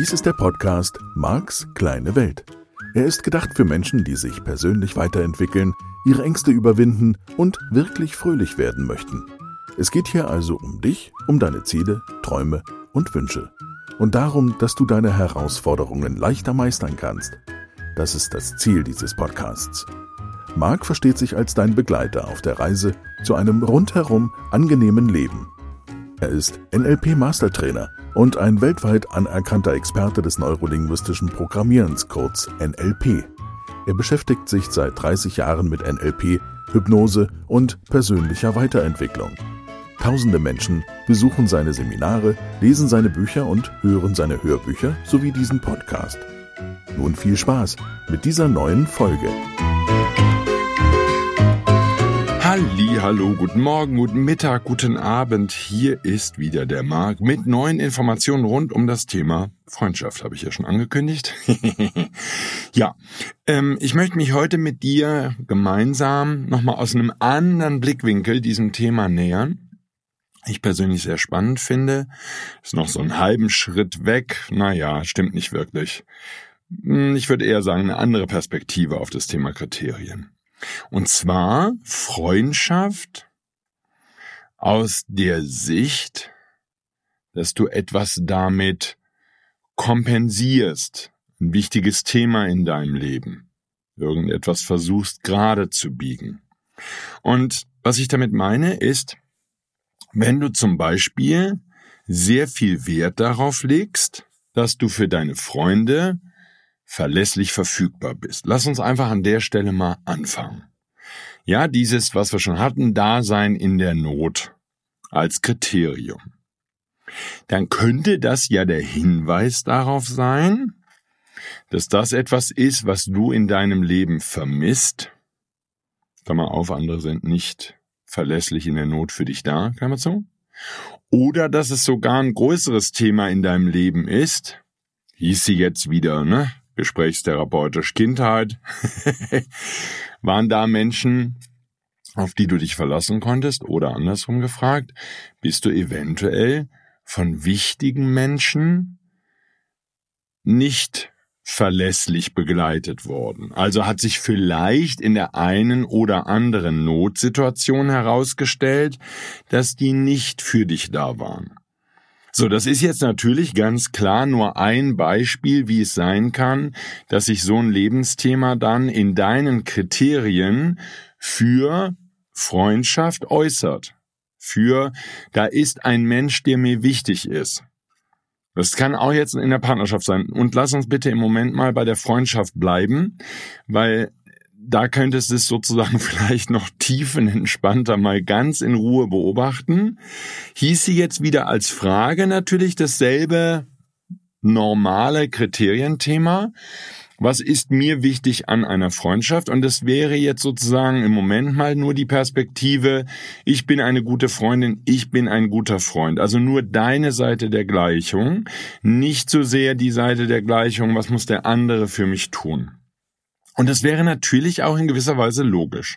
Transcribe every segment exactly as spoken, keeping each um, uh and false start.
Dies ist der Podcast Marks kleine Welt. Er ist gedacht für Menschen, die sich persönlich weiterentwickeln, ihre Ängste überwinden und wirklich fröhlich werden möchten. Es geht hier also um dich, um deine Ziele, Träume und Wünsche. Und darum, dass du deine Herausforderungen leichter meistern kannst. Das ist das Ziel dieses Podcasts. Mark versteht sich als dein Begleiter auf der Reise zu einem rundherum angenehmen Leben. Er ist N L P-Mastertrainer und ein weltweit anerkannter Experte des neurolinguistischen Programmierens, kurz N L P. Er beschäftigt sich seit dreißig Jahren mit N L P, Hypnose und persönlicher Weiterentwicklung. Tausende Menschen besuchen seine Seminare, lesen seine Bücher und hören seine Hörbücher sowie diesen Podcast. Nun viel Spaß mit dieser neuen Folge. Halli, hallo, guten Morgen, guten Mittag, guten Abend. Hier ist wieder der Marc mit neuen Informationen rund um das Thema Freundschaft, habe ich ja schon angekündigt. ja, ähm, ich möchte mich heute mit dir gemeinsam nochmal aus einem anderen Blickwinkel diesem Thema nähern. Ich persönlich sehr spannend finde. Ist noch so einen halben Schritt weg. Naja, stimmt nicht wirklich. Ich würde eher sagen, eine andere Perspektive auf das Thema Kriterien. Und zwar Freundschaft aus der Sicht, dass du etwas damit kompensierst. Ein wichtiges Thema in deinem Leben. Irgendetwas versuchst gerade zu biegen. Und was ich damit meine ist, wenn du zum Beispiel sehr viel Wert darauf legst, dass du für deine Freunde verlässlich verfügbar bist. Lass uns einfach an der Stelle mal anfangen. Ja, dieses, was wir schon hatten, Dasein in der Not als Kriterium. Dann könnte das ja der Hinweis darauf sein, dass das etwas ist, was du in deinem Leben vermisst. Klammer auf, andere sind nicht verlässlich in der Not für dich da, Klammer zu. Oder dass es sogar ein größeres Thema in deinem Leben ist. Hieß sie jetzt wieder, ne? Gesprächstherapeutisch Kindheit. Waren da Menschen, auf die du dich verlassen konntest? Oder andersrum gefragt, bist du eventuell von wichtigen Menschen nicht verlässlich begleitet worden? Also hat sich vielleicht in der einen oder anderen Notsituation herausgestellt, dass die nicht für dich da waren. So, das ist jetzt natürlich ganz klar nur ein Beispiel, wie es sein kann, dass sich so ein Lebensthema dann in deinen Kriterien für Freundschaft äußert. Für, da ist ein Mensch, der mir wichtig ist. Das kann auch jetzt in der Partnerschaft sein. Und lass uns bitte im Moment mal bei der Freundschaft bleiben, weil da könntest du es sozusagen vielleicht noch tiefenentspannter mal ganz in Ruhe beobachten. Hieß sie jetzt wieder als Frage natürlich dasselbe normale Kriterienthema. Was ist mir wichtig an einer Freundschaft? Und das wäre jetzt sozusagen im Moment mal nur die Perspektive, ich bin eine gute Freundin, ich bin ein guter Freund. Also nur deine Seite der Gleichung, nicht so sehr die Seite der Gleichung, was muss der andere für mich tun? Und das wäre natürlich auch in gewisser Weise logisch.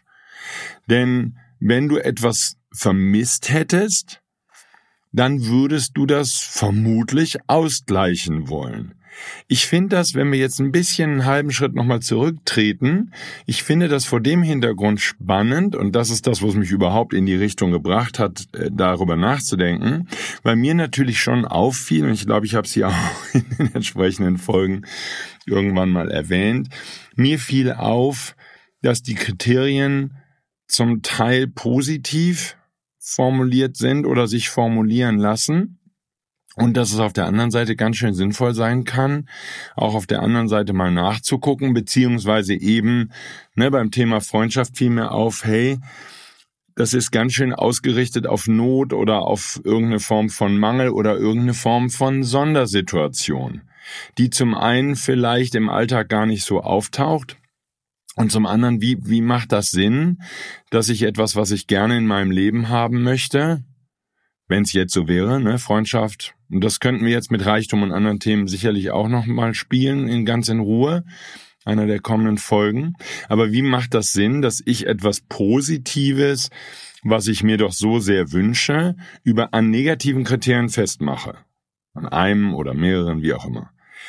Denn wenn du etwas vermisst hättest, dann würdest du das vermutlich ausgleichen wollen. Ich finde das, wenn wir jetzt ein bisschen einen halben Schritt nochmal zurücktreten, ich finde das vor dem Hintergrund spannend, und das ist das, was mich überhaupt in die Richtung gebracht hat, darüber nachzudenken, weil mir natürlich schon auffiel, und ich glaube, ich habe es ja auch in den entsprechenden Folgen irgendwann mal erwähnt, mir fiel auf, dass die Kriterien zum Teil positiv formuliert sind oder sich formulieren lassen. Und dass es auf der anderen Seite ganz schön sinnvoll sein kann, auch auf der anderen Seite mal nachzugucken, beziehungsweise eben, ne, beim Thema Freundschaft fiel mir auf, hey, das ist ganz schön ausgerichtet auf Not oder auf irgendeine Form von Mangel oder irgendeine Form von Sondersituation, die zum einen vielleicht im Alltag gar nicht so auftaucht, und zum anderen, wie, wie macht das Sinn, dass ich etwas, was ich gerne in meinem Leben haben möchte, wenn es jetzt so wäre, ne, Freundschaft, und das könnten wir jetzt mit Reichtum und anderen Themen sicherlich auch noch mal spielen, in ganz in Ruhe, einer der kommenden Folgen. Aber wie macht das Sinn, dass ich etwas Positives, was ich mir doch so sehr wünsche, über an negativen Kriterien festmache? An einem oder mehreren, wie auch immer.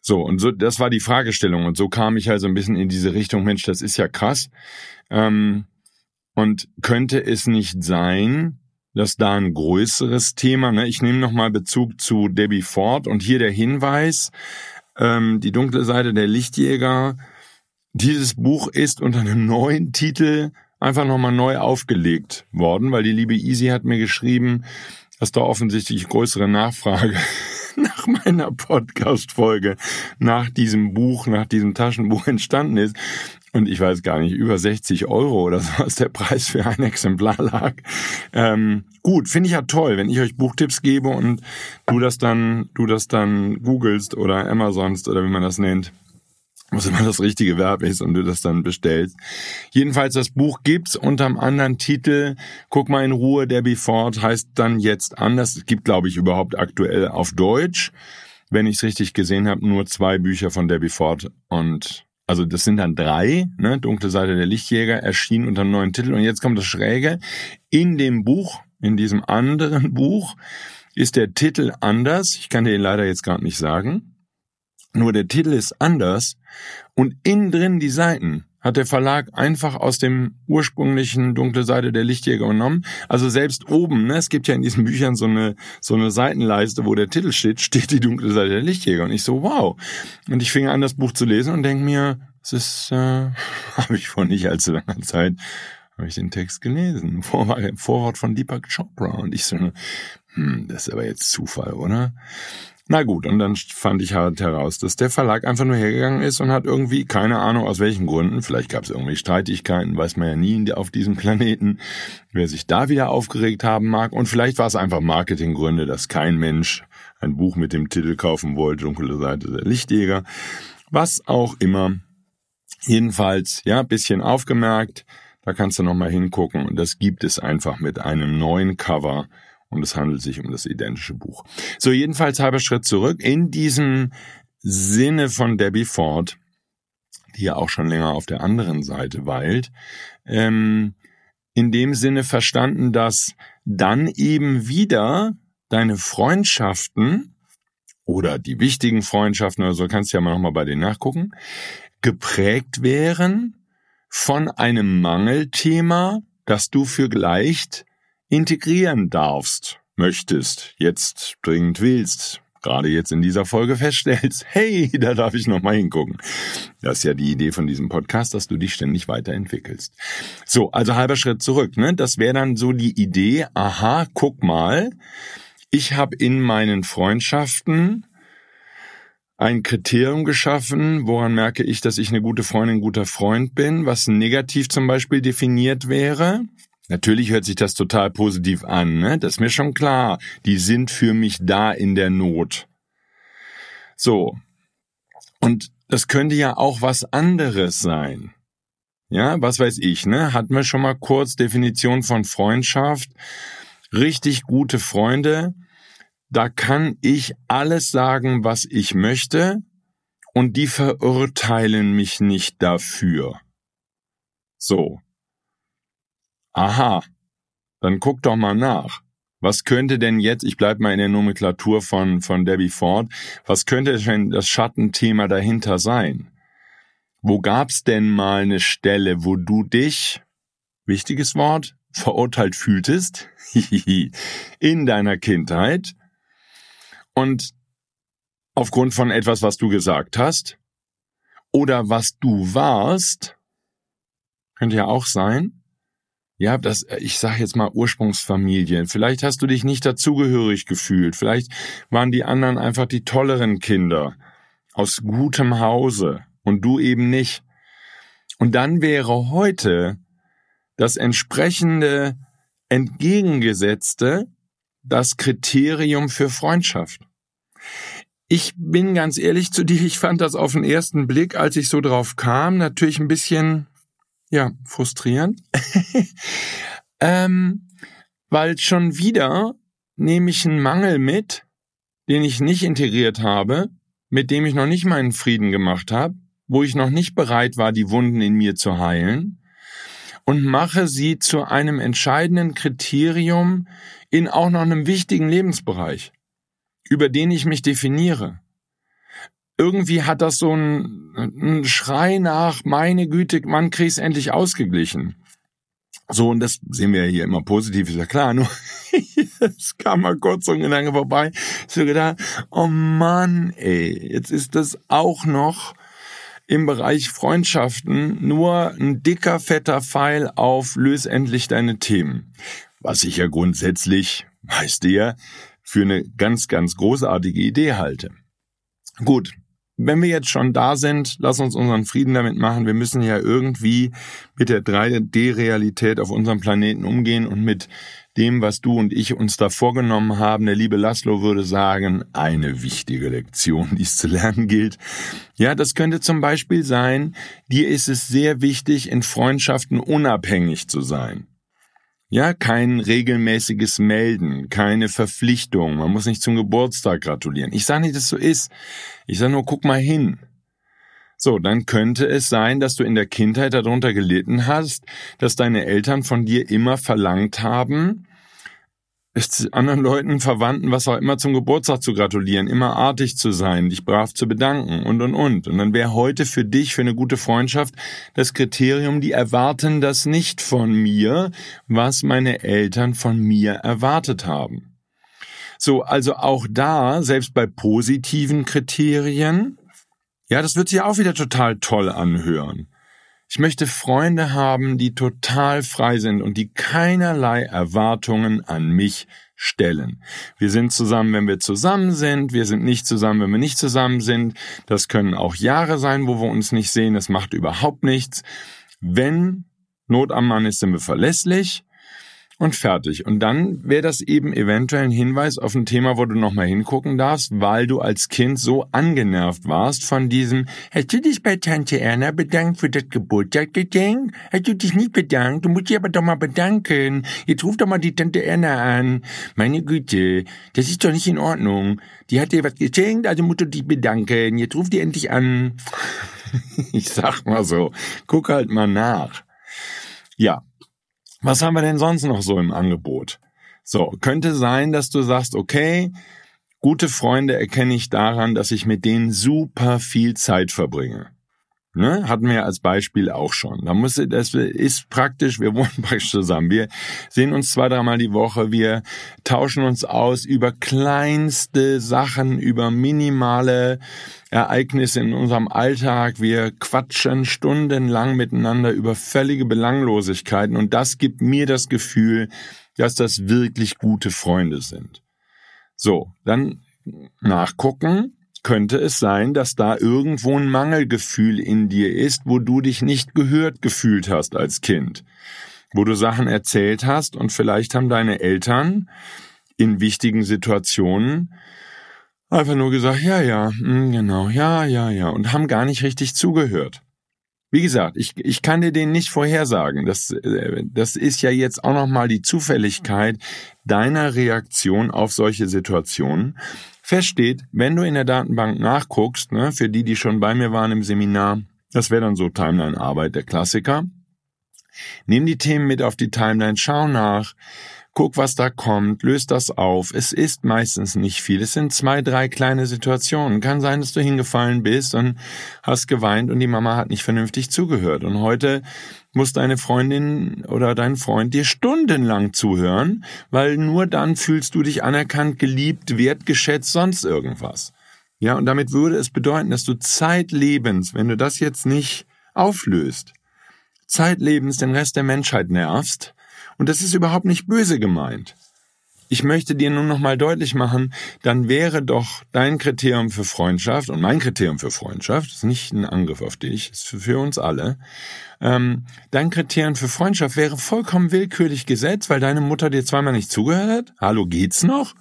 So, und so, das war die Fragestellung. Und so kam ich also ein bisschen in diese Richtung, Mensch, das ist ja krass. Ähm, und könnte es nicht sein, dass da ein größeres Thema, ne? Ich nehme nochmal Bezug zu Debbie Ford und hier der Hinweis, ähm, die dunkle Seite der Lichtjäger. Dieses Buch ist unter einem neuen Titel einfach nochmal neu aufgelegt worden, weil die liebe Easy hat mir geschrieben, dass da offensichtlich größere Nachfrage nach meiner Podcast-Folge, nach diesem Buch, nach diesem Taschenbuch entstanden ist. Und ich weiß gar nicht, über sechzig Euro oder so, was der Preis für ein Exemplar lag. Ähm, gut, finde ich ja toll, wenn ich euch Buchtipps gebe und du das dann, du das dann googelst oder Amazonst oder wie man das nennt, was immer das richtige Verb ist und du das dann bestellst. Jedenfalls, das Buch gibt's unter einem anderen Titel. Guck mal in Ruhe, Debbie Ford heißt dann jetzt anders. Es gibt, glaube ich, überhaupt aktuell auf Deutsch, wenn ich es richtig gesehen habe, nur zwei Bücher von Debbie Ford. Und also das sind dann drei, ne? Dunkle Seite der Lichtjäger, erschienen unter einem neuen Titel. Und jetzt kommt das Schräge. In dem Buch, in diesem anderen Buch, ist der Titel anders. Ich kann dir ihn leider jetzt gerade nicht sagen. Nur der Titel ist anders und innen drin die Seiten hat der Verlag einfach aus dem ursprünglichen Dunkle Seite der Lichtjäger genommen. Also selbst oben, ne, es gibt ja in diesen Büchern so eine so eine Seitenleiste, wo der Titel steht, steht die Dunkle Seite der Lichtjäger. Und ich so, wow. Und ich fing an, das Buch zu lesen und denke mir, das ist, äh, habe ich vor nicht allzu langer Zeit, habe ich den Text gelesen. Vorwort, Vorwort von Deepak Chopra. Und ich so, hm, das ist aber jetzt Zufall, oder? Na gut, und dann fand ich halt heraus, dass der Verlag einfach nur hergegangen ist und hat irgendwie, keine Ahnung aus welchen Gründen, vielleicht gab es irgendwie Streitigkeiten, weiß man ja nie auf diesem Planeten, wer sich da wieder aufgeregt haben mag. Und vielleicht war es einfach Marketinggründe, dass kein Mensch ein Buch mit dem Titel kaufen wollte, Dunkle Seite der Lichtjäger. Was auch immer. Jedenfalls, ja, bisschen aufgemerkt, da kannst du nochmal hingucken. Und das gibt es einfach mit einem neuen Cover. Und es handelt sich um das identische Buch. So, jedenfalls halber Schritt zurück. In diesem Sinne von Debbie Ford, die ja auch schon länger auf der anderen Seite weilt, ähm, in dem Sinne verstanden, dass dann eben wieder deine Freundschaften oder die wichtigen Freundschaften oder so, kannst du ja mal nochmal bei denen nachgucken, geprägt wären von einem Mangelthema, das du vielleicht integrieren darfst, möchtest, jetzt dringend willst, gerade jetzt in dieser Folge feststellst, hey, da darf ich noch mal hingucken. Das ist ja die Idee von diesem Podcast, dass du dich ständig weiterentwickelst. So, also halber Schritt zurück, ne? Das wäre dann so die Idee, aha, guck mal, ich habe in meinen Freundschaften ein Kriterium geschaffen, woran merke ich, dass ich eine gute Freundin, ein guter Freund bin, was negativ zum Beispiel definiert wäre. Natürlich hört sich das total positiv an, ne? Das ist mir schon klar. Die sind für mich da in der Not. So. Und das könnte ja auch was anderes sein. Ja, was weiß ich, ne? Hatten wir schon mal kurz Definition von Freundschaft. Richtig gute Freunde. Da kann ich alles sagen, was ich möchte. Und die verurteilen mich nicht dafür. So. Aha, dann guck doch mal nach. Was könnte denn jetzt, ich bleib mal in der Nomenklatur von, von Debbie Ford, was könnte denn das Schattenthema dahinter sein? Wo gab's denn mal eine Stelle, wo du dich, wichtiges Wort, verurteilt fühltest, in deiner Kindheit und aufgrund von etwas, was du gesagt hast oder was du warst, könnte ja auch sein, ja, das, ich sag jetzt mal Ursprungsfamilie. Vielleicht hast du dich nicht dazugehörig gefühlt. Vielleicht waren die anderen einfach die tolleren Kinder aus gutem Hause und du eben nicht. Und dann wäre heute das entsprechende Entgegengesetzte das Kriterium für Freundschaft. Ich bin ganz ehrlich zu dir, ich fand das auf den ersten Blick, als ich so drauf kam, natürlich ein bisschen... Ja, frustrierend. ähm, weil schon wieder nehme ich einen Mangel mit, den ich nicht integriert habe, mit dem ich noch nicht meinen Frieden gemacht habe, wo ich noch nicht bereit war, die Wunden in mir zu heilen, und mache sie zu einem entscheidenden Kriterium in auch noch einem wichtigen Lebensbereich, über den ich mich definiere. irgendwie hat das so einen, einen Schrei nach, meine Güte, man kriegt's endlich ausgeglichen. So, und das sehen wir ja hier immer positiv, ist ja klar, nur es kam mal kurz so ein Gedanke vorbei, so gedacht, oh Mann, ey, jetzt ist das auch noch im Bereich Freundschaften nur ein dicker, fetter Pfeil auf löse endlich deine Themen. Was ich ja grundsätzlich, weißt du ja, für eine ganz, ganz großartige Idee halte. Gut, wenn wir jetzt schon da sind, lass uns unseren Frieden damit machen. Wir müssen ja irgendwie mit der drei D-Realität auf unserem Planeten umgehen und mit dem, was du und ich uns da vorgenommen haben. Der liebe Laszlo würde sagen, eine wichtige Lektion, die es zu lernen gilt. Ja, das könnte zum Beispiel sein, dir ist es sehr wichtig, in Freundschaften unabhängig zu sein. Ja, kein regelmäßiges Melden, keine Verpflichtung, man muss nicht zum Geburtstag gratulieren. Ich sage nicht, dass es so ist. Ich sage nur, guck mal hin. So, dann könnte es sein, dass du in der Kindheit darunter gelitten hast, dass deine Eltern von dir immer verlangt haben, anderen Leuten, Verwandten, was auch immer, zum Geburtstag zu gratulieren, immer artig zu sein, dich brav zu bedanken und, und, und. Und dann wäre heute für dich, für eine gute Freundschaft, das Kriterium, die erwarten das nicht von mir, was meine Eltern von mir erwartet haben. So, also auch da, selbst bei positiven Kriterien, ja, das wird sich auch wieder total toll anhören. Ich möchte Freunde haben, die total frei sind und die keinerlei Erwartungen an mich stellen. Wir sind zusammen, wenn wir zusammen sind. Wir sind nicht zusammen, wenn wir nicht zusammen sind. Das können auch Jahre sein, wo wir uns nicht sehen. Das macht überhaupt nichts. Wenn Not am Mann ist, sind wir verlässlich. Und fertig. Und dann wäre das eben eventuell ein Hinweis auf ein Thema, wo du nochmal hingucken darfst, weil du als Kind so angenervt warst von diesem, hast du dich bei Tante Erna bedankt für das Geburtstagsgeschenk? Hast du dich nicht bedankt? Du musst dich aber doch mal bedanken. Jetzt ruf doch mal die Tante Erna an. Meine Güte, das ist doch nicht in Ordnung. Die hat dir was geschenkt, also musst du dich bedanken. Jetzt ruf die endlich an. Ich sag mal so, guck halt mal nach. Ja. Was haben wir denn sonst noch so im Angebot? So, könnte sein, dass du sagst, okay, gute Freunde erkenne ich daran, dass ich mit denen super viel Zeit verbringe. Ne? Hatten wir als Beispiel auch schon. Da muss, das ist praktisch, wir wohnen praktisch zusammen. Wir sehen uns zwei, dreimal die Woche. Wir tauschen uns aus über kleinste Sachen, über minimale Ereignisse in unserem Alltag. Wir quatschen stundenlang miteinander über völlige Belanglosigkeiten. Und das gibt mir das Gefühl, dass das wirklich gute Freunde sind. So, dann nachgucken. Könnte es sein, dass da irgendwo ein Mangelgefühl in dir ist, wo du dich nicht gehört gefühlt hast als Kind, wo du Sachen erzählt hast und vielleicht haben deine Eltern in wichtigen Situationen einfach nur gesagt, ja, ja, genau, ja, ja, ja und haben gar nicht richtig zugehört. Wie gesagt, ich, ich kann dir den nicht vorhersagen. Das, das ist ja jetzt auch nochmal die Zufälligkeit deiner Reaktion auf solche Situationen. Fest steht, wenn du in der Datenbank nachguckst, ne, für die, die schon bei mir waren im Seminar, das wäre dann so Timeline-Arbeit, der Klassiker. Nimm die Themen mit auf die Timeline, schau nach, guck, was da kommt, löst das auf. Es ist meistens nicht viel, es sind zwei, drei kleine Situationen. Kann sein, dass du hingefallen bist und hast geweint und die Mama hat nicht vernünftig zugehört. Und heute muss deine Freundin oder dein Freund dir stundenlang zuhören, weil nur dann fühlst du dich anerkannt, geliebt, wertgeschätzt, sonst irgendwas. Ja, und damit würde es bedeuten, dass du zeitlebens, wenn du das jetzt nicht auflöst, zeitlebens den Rest der Menschheit nervst. Und das ist überhaupt nicht böse gemeint. Ich möchte dir nur noch mal deutlich machen, dann wäre doch dein Kriterium für Freundschaft und mein Kriterium für Freundschaft, das ist nicht ein Angriff auf dich, das ist für, für uns alle, ähm, dein Kriterium für Freundschaft wäre vollkommen willkürlich gesetzt, weil deine Mutter dir zweimal nicht zugehört hat. Hallo, geht's noch?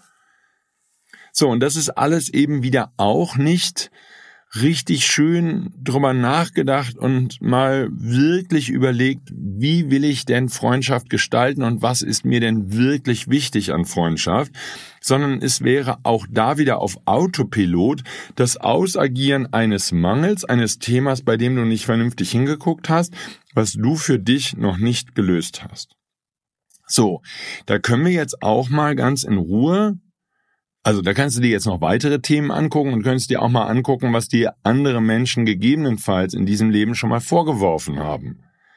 So, und das ist alles eben wieder auch nicht richtig schön drüber nachgedacht und mal wirklich überlegt, wie will ich denn Freundschaft gestalten und was ist mir denn wirklich wichtig an Freundschaft, sondern es wäre auch da wieder auf Autopilot das Ausagieren eines Mangels, eines Themas, bei dem du nicht vernünftig hingeguckt hast, was du für dich noch nicht gelöst hast. So, da können wir jetzt auch mal ganz in Ruhe Also da kannst du dir jetzt noch weitere Themen angucken und könntest dir auch mal angucken, was dir andere Menschen gegebenenfalls in diesem Leben schon mal vorgeworfen haben.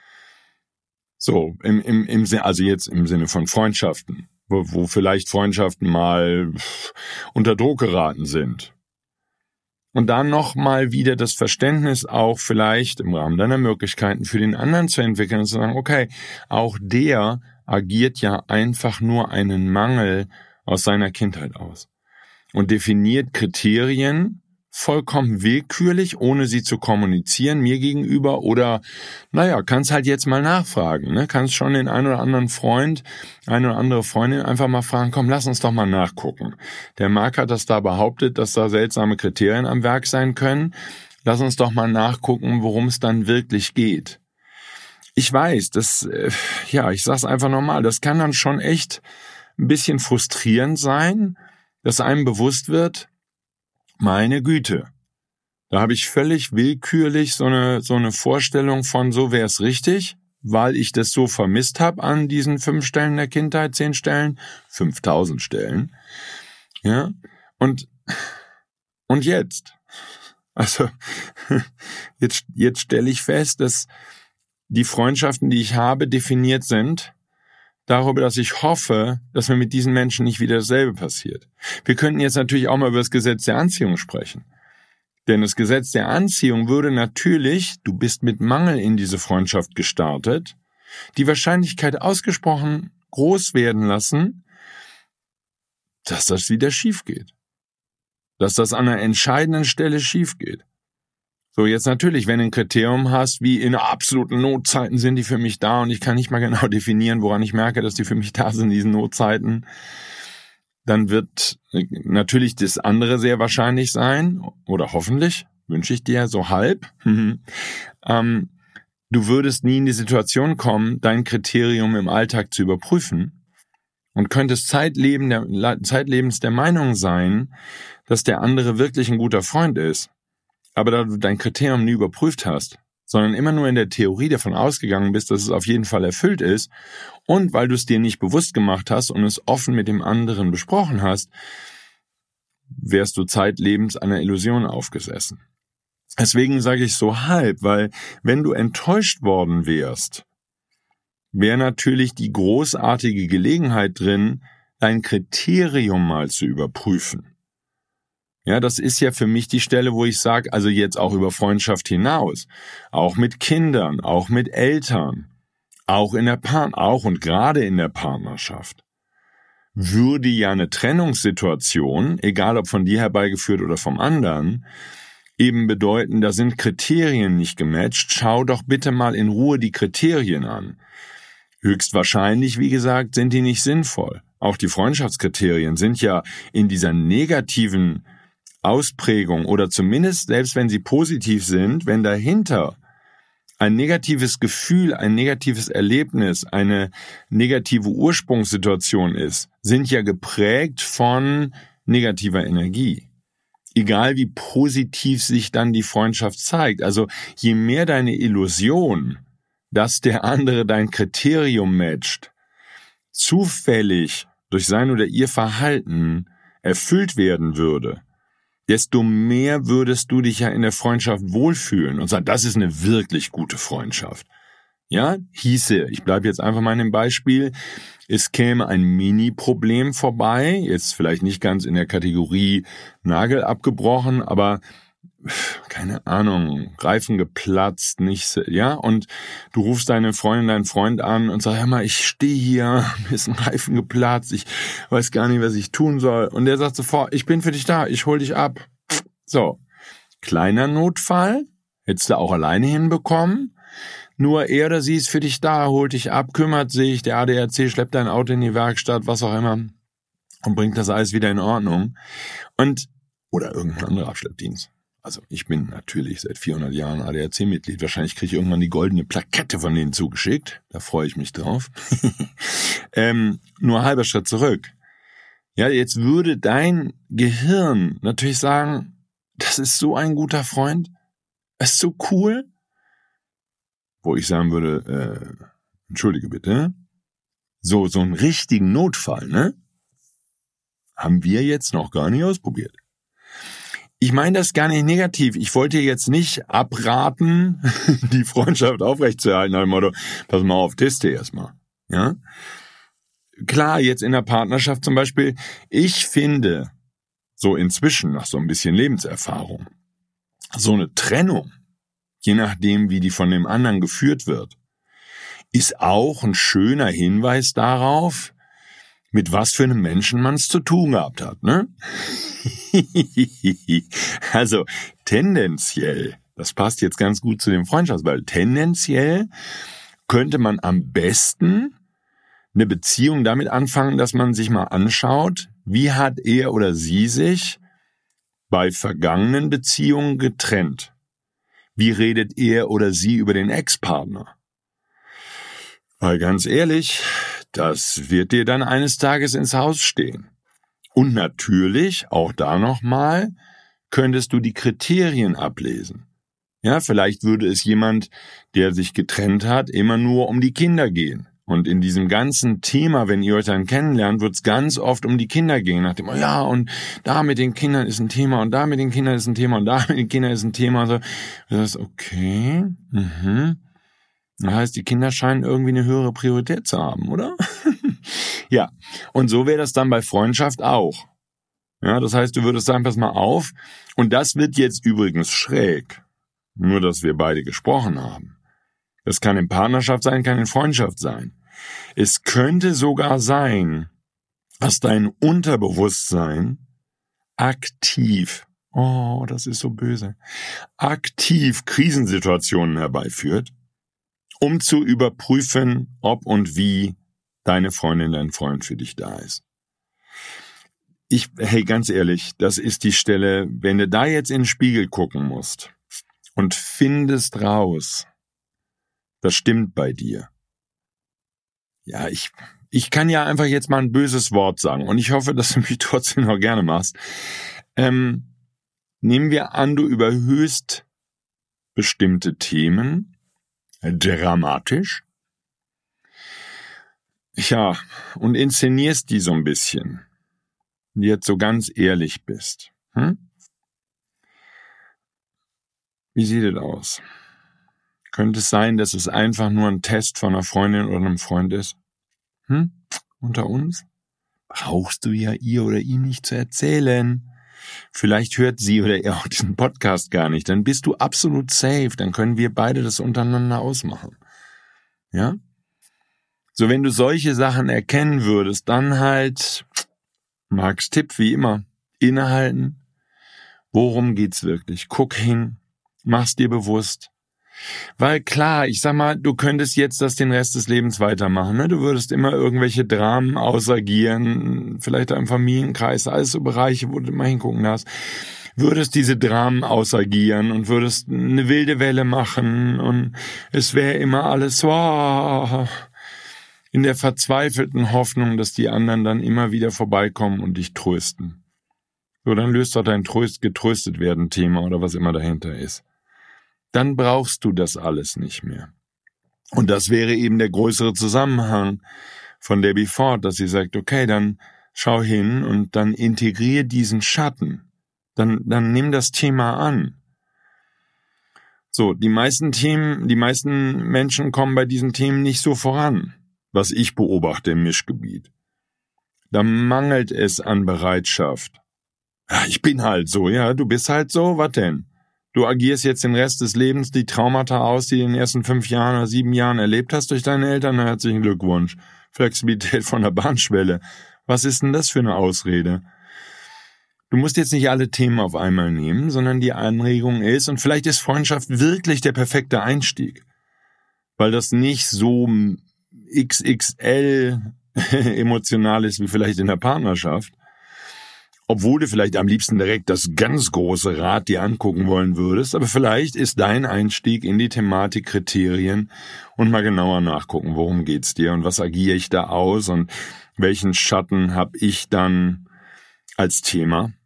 So, im, im, im also jetzt im Sinne von Freundschaften, wo, wo vielleicht Freundschaften mal unter Druck geraten sind. Und dann nochmal wieder das Verständnis auch vielleicht im Rahmen deiner Möglichkeiten für den anderen zu entwickeln und zu sagen, okay, auch der agiert ja einfach nur einen Mangel aus seiner Kindheit aus und definiert Kriterien vollkommen willkürlich, ohne sie zu kommunizieren mir gegenüber oder, naja, kannst halt jetzt mal nachfragen, ne? Kannst schon den einen oder anderen Freund, eine oder andere Freundin einfach mal fragen, komm, lass uns doch mal nachgucken. Der Marc hat das da behauptet, dass da seltsame Kriterien am Werk sein können. Lass uns doch mal nachgucken, worum es dann wirklich geht. Ich weiß, das, ja, ich sag's einfach nochmal, das kann dann schon echt ein bisschen frustrierend sein, dass einem bewusst wird, meine Güte, da habe ich völlig willkürlich so eine so eine Vorstellung von, so wäre es richtig, weil ich das so vermisst habe an diesen fünf Stellen der Kindheit, zehn Stellen, fünftausend Stellen. Ja, und und jetzt, also jetzt jetzt stelle ich fest, dass die Freundschaften, die ich habe, definiert sind darüber, dass ich hoffe, dass mir mit diesen Menschen nicht wieder dasselbe passiert. Wir könnten jetzt natürlich auch mal über das Gesetz der Anziehung sprechen. Denn das Gesetz der Anziehung würde natürlich, du bist mit Mangel in diese Freundschaft gestartet, die Wahrscheinlichkeit ausgesprochen groß werden lassen, dass das wieder schief geht. Dass das an einer entscheidenden Stelle schief geht. So, jetzt natürlich, wenn du ein Kriterium hast, wie in absoluten Notzeiten sind die für mich da und ich kann nicht mal genau definieren, woran ich merke, dass die für mich da sind in diesen Notzeiten, dann wird natürlich das andere sehr wahrscheinlich sein, oder hoffentlich, wünsche ich dir so halb, ähm, du würdest nie in die Situation kommen, dein Kriterium im Alltag zu überprüfen und könntest zeitlebens der, zeitlebens der Meinung sein, dass der andere wirklich ein guter Freund ist. Aber da du dein Kriterium nie überprüft hast, sondern immer nur in der Theorie davon ausgegangen bist, dass es auf jeden Fall erfüllt ist, und weil du es dir nicht bewusst gemacht hast und es offen mit dem anderen besprochen hast, wärst du zeitlebens einer Illusion aufgesessen. Deswegen sage ich so halb, weil wenn du enttäuscht worden wärst, wäre natürlich die großartige Gelegenheit drin, dein Kriterium mal zu überprüfen. Ja, das ist ja für mich die Stelle, wo ich sage, also jetzt auch über Freundschaft hinaus, auch mit Kindern, auch mit Eltern, auch in der Partner, auch und gerade in der Partnerschaft, würde ja eine Trennungssituation, egal ob von dir herbeigeführt oder vom anderen, eben bedeuten, da sind Kriterien nicht gematcht. Schau doch bitte mal in Ruhe die Kriterien an. Höchstwahrscheinlich, wie gesagt, sind die nicht sinnvoll. Auch die Freundschaftskriterien sind ja in dieser negativen Ausprägung oder zumindest, selbst wenn sie positiv sind, wenn dahinter ein negatives Gefühl, ein negatives Erlebnis, eine negative Ursprungssituation ist, sind ja geprägt von negativer Energie. Egal wie positiv sich dann die Freundschaft zeigt. Also je mehr deine Illusion, dass der andere dein Kriterium matcht, zufällig durch sein oder ihr Verhalten erfüllt werden würde, desto mehr würdest du dich ja in der Freundschaft wohlfühlen und sagen, das ist eine wirklich gute Freundschaft. Ja, hieße, ich bleibe jetzt einfach mal in dem Beispiel, es käme ein Mini-Problem vorbei, jetzt vielleicht nicht ganz in der Kategorie Nagel abgebrochen, aber keine Ahnung, Reifen geplatzt, nicht, ja, und du rufst deine Freundin, deinen Freund an und sagst, hör mal, ich stehe hier, mir ist ein Reifen geplatzt, ich weiß gar nicht, was ich tun soll, und der sagt sofort, ich bin für dich da, ich hol dich ab. So, kleiner Notfall, hättest du auch alleine hinbekommen, nur er oder sie ist für dich da, holt dich ab, kümmert sich, der A D A C schleppt dein Auto in die Werkstatt, was auch immer, und bringt das alles wieder in Ordnung, und, oder irgendein anderer Abschleppdienst. Also ich bin natürlich seit vierhundert Jahren A D A C-Mitglied. Wahrscheinlich kriege ich irgendwann die goldene Plakette von denen zugeschickt. Da freue ich mich drauf. ähm, nur ein halber Schritt zurück. Ja, jetzt würde dein Gehirn natürlich sagen, das ist so ein guter Freund. Das ist so cool. Wo ich sagen würde, äh, entschuldige bitte. So, so einen richtigen Notfall, ne? Haben wir jetzt noch gar nicht ausprobiert. Ich meine das gar nicht negativ. Ich wollte jetzt nicht abraten, die Freundschaft aufrechtzuerhalten, nach dem Motto, pass mal auf, teste erstmal. Ja? Klar, jetzt in der Partnerschaft zum Beispiel, ich finde, so inzwischen, nach so ein bisschen Lebenserfahrung, so eine Trennung, je nachdem, wie die von dem anderen geführt wird, ist auch ein schöner Hinweis darauf, mit was für einem Menschen man es zu tun gehabt hat, ne? Also tendenziell, das passt jetzt ganz gut zu dem Freundschaftsball, tendenziell könnte man am besten eine Beziehung damit anfangen, dass man sich mal anschaut, wie hat er oder sie sich bei vergangenen Beziehungen getrennt? Wie redet er oder sie über den Ex-Partner? Weil ganz ehrlich, das wird dir dann eines Tages ins Haus stehen. Und natürlich, auch da nochmal, könntest du die Kriterien ablesen. Ja, vielleicht würde es jemand, der sich getrennt hat, immer nur um die Kinder gehen. Und in diesem ganzen Thema, wenn ihr euch dann kennenlernt, wird es ganz oft um die Kinder gehen. Nach dem, oh ja, und da mit den Kindern ist ein Thema und da mit den Kindern ist ein Thema und da mit den Kindern ist ein Thema. Und so. Das ist okay. Mhm. Das heißt, die Kinder scheinen irgendwie eine höhere Priorität zu haben, oder? Ja, und so wäre das dann bei Freundschaft auch. Ja, das heißt, du würdest sagen, pass mal auf. Und das wird jetzt übrigens schräg. Nur, dass wir beide gesprochen haben. Das kann in Partnerschaft sein, kann in Freundschaft sein. Es könnte sogar sein, dass dein Unterbewusstsein aktiv, oh, das ist so böse, aktiv Krisensituationen herbeiführt, um zu überprüfen, ob und wie deine Freundin, dein Freund für dich da ist. Ich, hey, ganz ehrlich, das ist die Stelle, wenn du da jetzt in den Spiegel gucken musst und findest raus, das stimmt bei dir. Ja, ich, ich kann ja einfach jetzt mal ein böses Wort sagen und ich hoffe, dass du mich trotzdem noch gerne machst. Ähm, nehmen wir an, du überhöhst bestimmte Themen dramatisch. Ja, und inszenierst die so ein bisschen. Und jetzt so ganz ehrlich bist. Hm? Wie sieht es aus? Könnte es sein, dass es einfach nur ein Test von einer Freundin oder einem Freund ist? Hm? Unter uns? Brauchst du ja ihr oder ihm nicht zu erzählen. Vielleicht hört sie oder er auch diesen Podcast gar nicht. Dann bist du absolut safe. Dann können wir beide das untereinander ausmachen. Ja? So, wenn du solche Sachen erkennen würdest, dann halt, Marks Tipp wie immer, innehalten. Worum geht's wirklich? Guck hin, mach's dir bewusst. Weil klar, ich sag mal, du könntest jetzt das den Rest des Lebens weitermachen. Ne? Du würdest immer irgendwelche Dramen ausagieren, vielleicht im Familienkreis, alles so Bereiche, wo du mal hingucken darfst. Würdest diese Dramen ausagieren und würdest eine wilde Welle machen und es wäre immer alles so oh, in der verzweifelten Hoffnung, dass die anderen dann immer wieder vorbeikommen und dich trösten. So, dann löst doch dein Tröst, getröstet werden Thema oder was immer dahinter ist. Dann brauchst du das alles nicht mehr. Und das wäre eben der größere Zusammenhang von Debbie Ford, dass sie sagt, okay, dann schau hin und dann integriere diesen Schatten. Dann, dann nimm das Thema an. So, die meisten Themen, die meisten Menschen kommen bei diesen Themen nicht so voran, was ich beobachte im Mischgebiet. Da mangelt es an Bereitschaft. Ja, ich bin halt so, ja, du bist halt so, was denn? Du agierst jetzt den Rest des Lebens die Traumata aus, die du in den ersten fünf Jahren oder sieben Jahren erlebt hast durch deine Eltern. Herzlichen Glückwunsch. Flexibilität von der Bahnschwelle. Was ist denn das für eine Ausrede? Du musst jetzt nicht alle Themen auf einmal nehmen, sondern die Anregung ist, und vielleicht ist Freundschaft wirklich der perfekte Einstieg, weil das nicht so X X L emotional ist wie vielleicht in der Partnerschaft. Obwohl du vielleicht am liebsten direkt das ganz große Rad dir angucken wollen würdest, aber vielleicht ist dein Einstieg in die Thematik Kriterien und mal genauer nachgucken, worum geht's dir und was agiere ich da aus und welchen Schatten habe ich dann als Thema.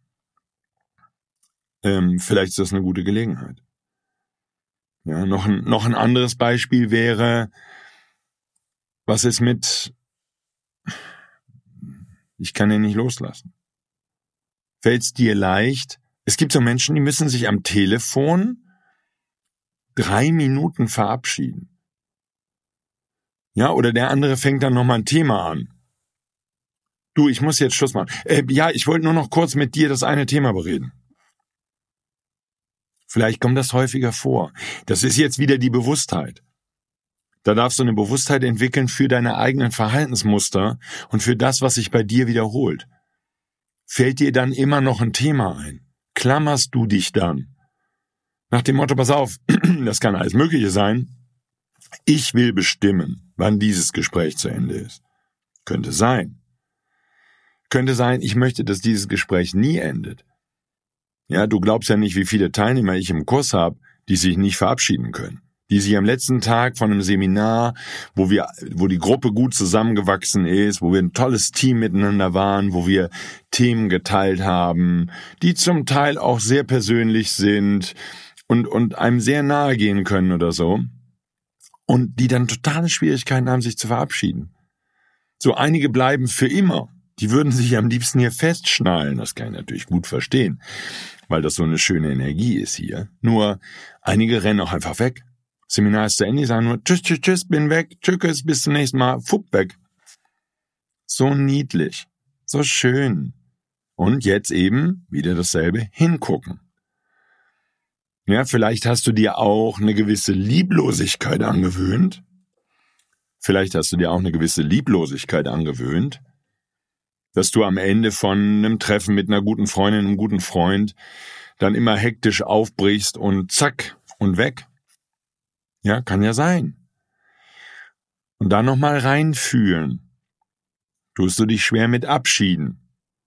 Ähm, vielleicht ist das eine gute Gelegenheit. Ja, noch ein, noch ein anderes Beispiel wäre, was ist mit, ich kann ihn nicht loslassen. Fällt's dir leicht? Es gibt so Menschen, die müssen sich am Telefon drei Minuten verabschieden. Ja, oder der andere fängt dann nochmal ein Thema an. Du, ich muss jetzt Schluss machen. Äh, ja, ich wollte nur noch kurz mit dir das eine Thema bereden. Vielleicht kommt das häufiger vor. Das ist jetzt wieder die Bewusstheit. Da darfst du eine Bewusstheit entwickeln für deine eigenen Verhaltensmuster und für das, was sich bei dir wiederholt. Fällt dir dann immer noch ein Thema ein? Klammerst du dich dann? Nach dem Motto, pass auf, das kann alles Mögliche sein. Ich will bestimmen, wann dieses Gespräch zu Ende ist. Könnte sein. Könnte sein, ich möchte, dass dieses Gespräch nie endet. Ja, du glaubst ja nicht, wie viele Teilnehmer ich im Kurs habe, die sich nicht verabschieden können. Die sich am letzten Tag von einem Seminar, wo wir, wo die Gruppe gut zusammengewachsen ist, wo wir ein tolles Team miteinander waren, wo wir Themen geteilt haben, die zum Teil auch sehr persönlich sind und, und einem sehr nahe gehen können oder so. Und die dann totale Schwierigkeiten haben, sich zu verabschieden. So einige bleiben für immer. Die würden sich am liebsten hier festschnallen. Das kann ich natürlich gut verstehen, weil das so eine schöne Energie ist hier. Nur einige rennen auch einfach weg. Seminar ist zu Ende, die sagen nur tschüss, tschüss, tschüss, bin weg, tschüss, bis zum nächsten Mal, fupp, weg. So niedlich, so schön. Und jetzt eben wieder dasselbe, hingucken. Ja, vielleicht hast du dir auch eine gewisse Lieblosigkeit angewöhnt. Vielleicht hast du dir auch eine gewisse Lieblosigkeit angewöhnt, dass du am Ende von einem Treffen mit einer guten Freundin, einem guten Freund, dann immer hektisch aufbrichst und zack und weg. Ja, kann ja sein. Und dann nochmal reinfühlen. Tust du dich schwer mit Abschieden,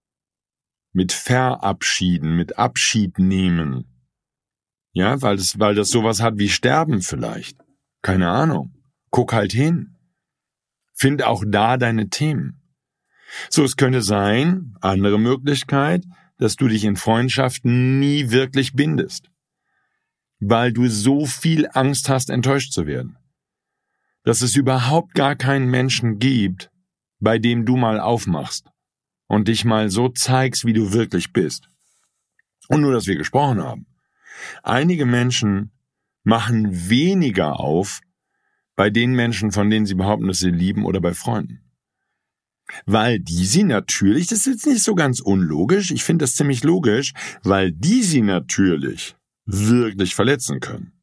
mit Verabschieden, mit Abschied nehmen. Ja, weil das, weil das sowas hat wie Sterben vielleicht. Keine Ahnung. Guck halt hin. Find auch da deine Themen. So, es könnte sein, andere Möglichkeit, dass du dich in Freundschaften nie wirklich bindest, weil du so viel Angst hast, enttäuscht zu werden. Dass es überhaupt gar keinen Menschen gibt, bei dem du mal aufmachst und dich mal so zeigst, wie du wirklich bist. Und nur, dass wir gesprochen haben. Einige Menschen machen weniger auf bei den Menschen, von denen sie behaupten, dass sie lieben, oder bei Freunden. Weil die sie natürlich, das ist jetzt nicht so ganz unlogisch, ich finde das ziemlich logisch, weil die sie natürlich wirklich verletzen können.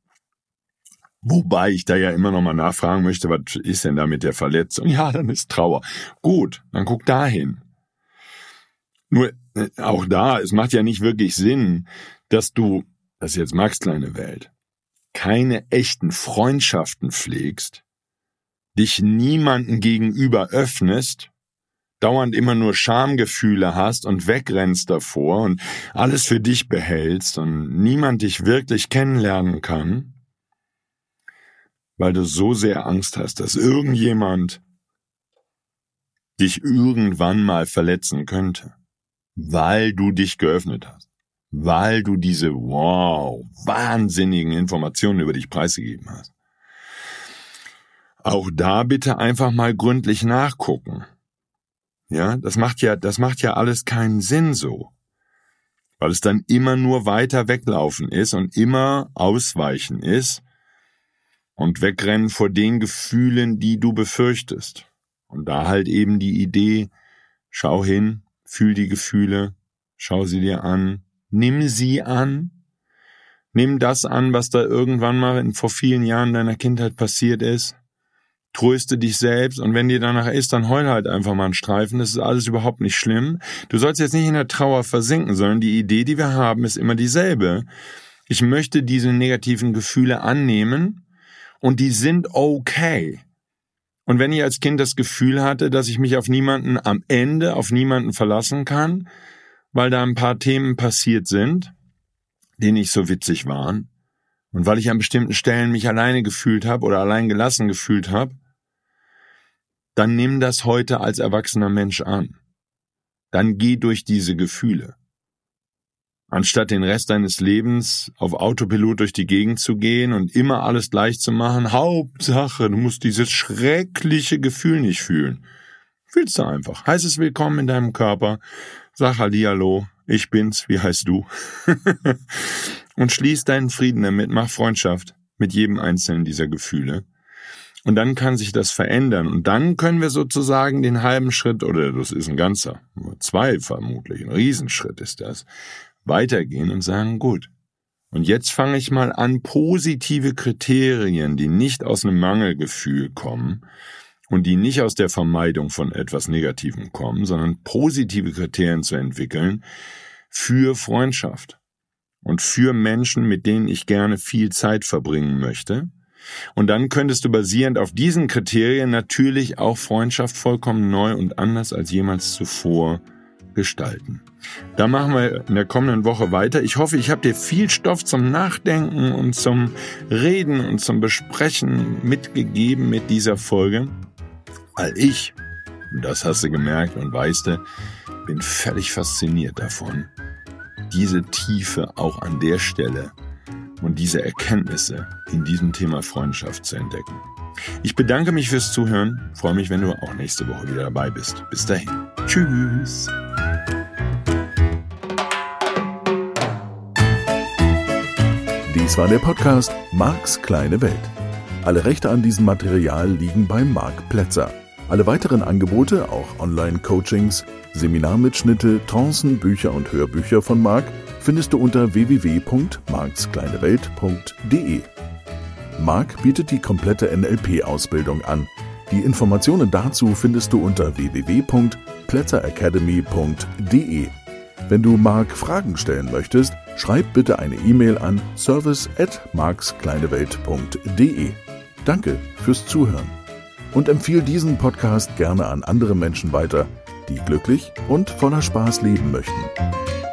Wobei ich da ja immer noch mal nachfragen möchte, was ist denn da mit der Verletzung? Ja, dann ist Trauer. Gut, dann guck dahin. Nur, auch da, es macht ja nicht wirklich Sinn, dass du, das ist jetzt Max kleine Welt, keine echten Freundschaften pflegst, dich niemanden gegenüber öffnest, dauernd immer nur Schamgefühle hast und wegrennst davor und alles für dich behältst und niemand dich wirklich kennenlernen kann, weil du so sehr Angst hast, dass irgendjemand dich irgendwann mal verletzen könnte, weil du dich geöffnet hast, weil du diese, wow, wahnsinnigen Informationen über dich preisgegeben hast. Auch da bitte einfach mal gründlich nachgucken. Ja, das macht ja, das macht ja alles keinen Sinn so. Weil es dann immer nur weiter weglaufen ist und immer ausweichen ist und wegrennen vor den Gefühlen, die du befürchtest. Und da halt eben die Idee, schau hin, fühl die Gefühle, schau sie dir an, nimm sie an, nimm das an, was da irgendwann mal in, vor vielen Jahren deiner Kindheit passiert ist. Tröste dich selbst und wenn dir danach ist, dann heul halt einfach mal einen Streifen. Das ist alles überhaupt nicht schlimm. Du sollst jetzt nicht in der Trauer versinken, sondern die Idee, die wir haben, ist immer dieselbe. Ich möchte diese negativen Gefühle annehmen und die sind okay. Und wenn ich als Kind das Gefühl hatte, dass ich mich auf niemanden am Ende, auf niemanden verlassen kann, weil da ein paar Themen passiert sind, die nicht so witzig waren, und weil ich an bestimmten Stellen mich alleine gefühlt habe oder allein gelassen gefühlt habe, dann nimm das heute als erwachsener Mensch an. Dann geh durch diese Gefühle. Anstatt den Rest deines Lebens auf Autopilot durch die Gegend zu gehen und immer alles gleich zu machen, Hauptsache, du musst dieses schreckliche Gefühl nicht fühlen. Fühlst du einfach. Heiß es willkommen in deinem Körper. Sag Hallihallo, ich bin's, wie heißt du? Und schließ deinen Frieden damit, mach Freundschaft mit jedem einzelnen dieser Gefühle. Und dann kann sich das verändern. Und dann können wir sozusagen den halben Schritt, oder das ist ein ganzer, zwei vermutlich, ein Riesenschritt ist das, weitergehen und sagen, gut, und jetzt fange ich mal an, positive Kriterien, die nicht aus einem Mangelgefühl kommen und die nicht aus der Vermeidung von etwas Negativem kommen, sondern positive Kriterien zu entwickeln für Freundschaft und für Menschen, mit denen ich gerne viel Zeit verbringen möchte. Und dann könntest du basierend auf diesen Kriterien natürlich auch Freundschaft vollkommen neu und anders als jemals zuvor gestalten. Da machen wir in der kommenden Woche weiter. Ich hoffe, ich habe dir viel Stoff zum Nachdenken und zum Reden und zum Besprechen mitgegeben mit dieser Folge. Weil ich, das hast du gemerkt und weißt du, bin völlig fasziniert davon, diese Tiefe auch an der Stelle und diese Erkenntnisse in diesem Thema Freundschaft zu entdecken. Ich bedanke mich fürs Zuhören, freue mich, wenn du auch nächste Woche wieder dabei bist. Bis dahin. Tschüss. Dies war der Podcast Marks kleine Welt. Alle Rechte an diesem Material liegen bei Marc Plätzer. Alle weiteren Angebote, auch Online-Coachings, Seminarmitschnitte, Trancen, Bücher und Hörbücher von Marc findest du unter w w w punkt marks kleine welt punkt d e. Marc bietet die komplette N L P-Ausbildung an. Die Informationen dazu findest du unter w w w punkt plätzer academy punkt d e. Wenn du Marc Fragen stellen möchtest, schreib bitte eine E-Mail an service at marks kleine welt punkt d e. Danke fürs Zuhören und empfiehl diesen Podcast gerne an andere Menschen weiter, die glücklich und voller Spaß leben möchten.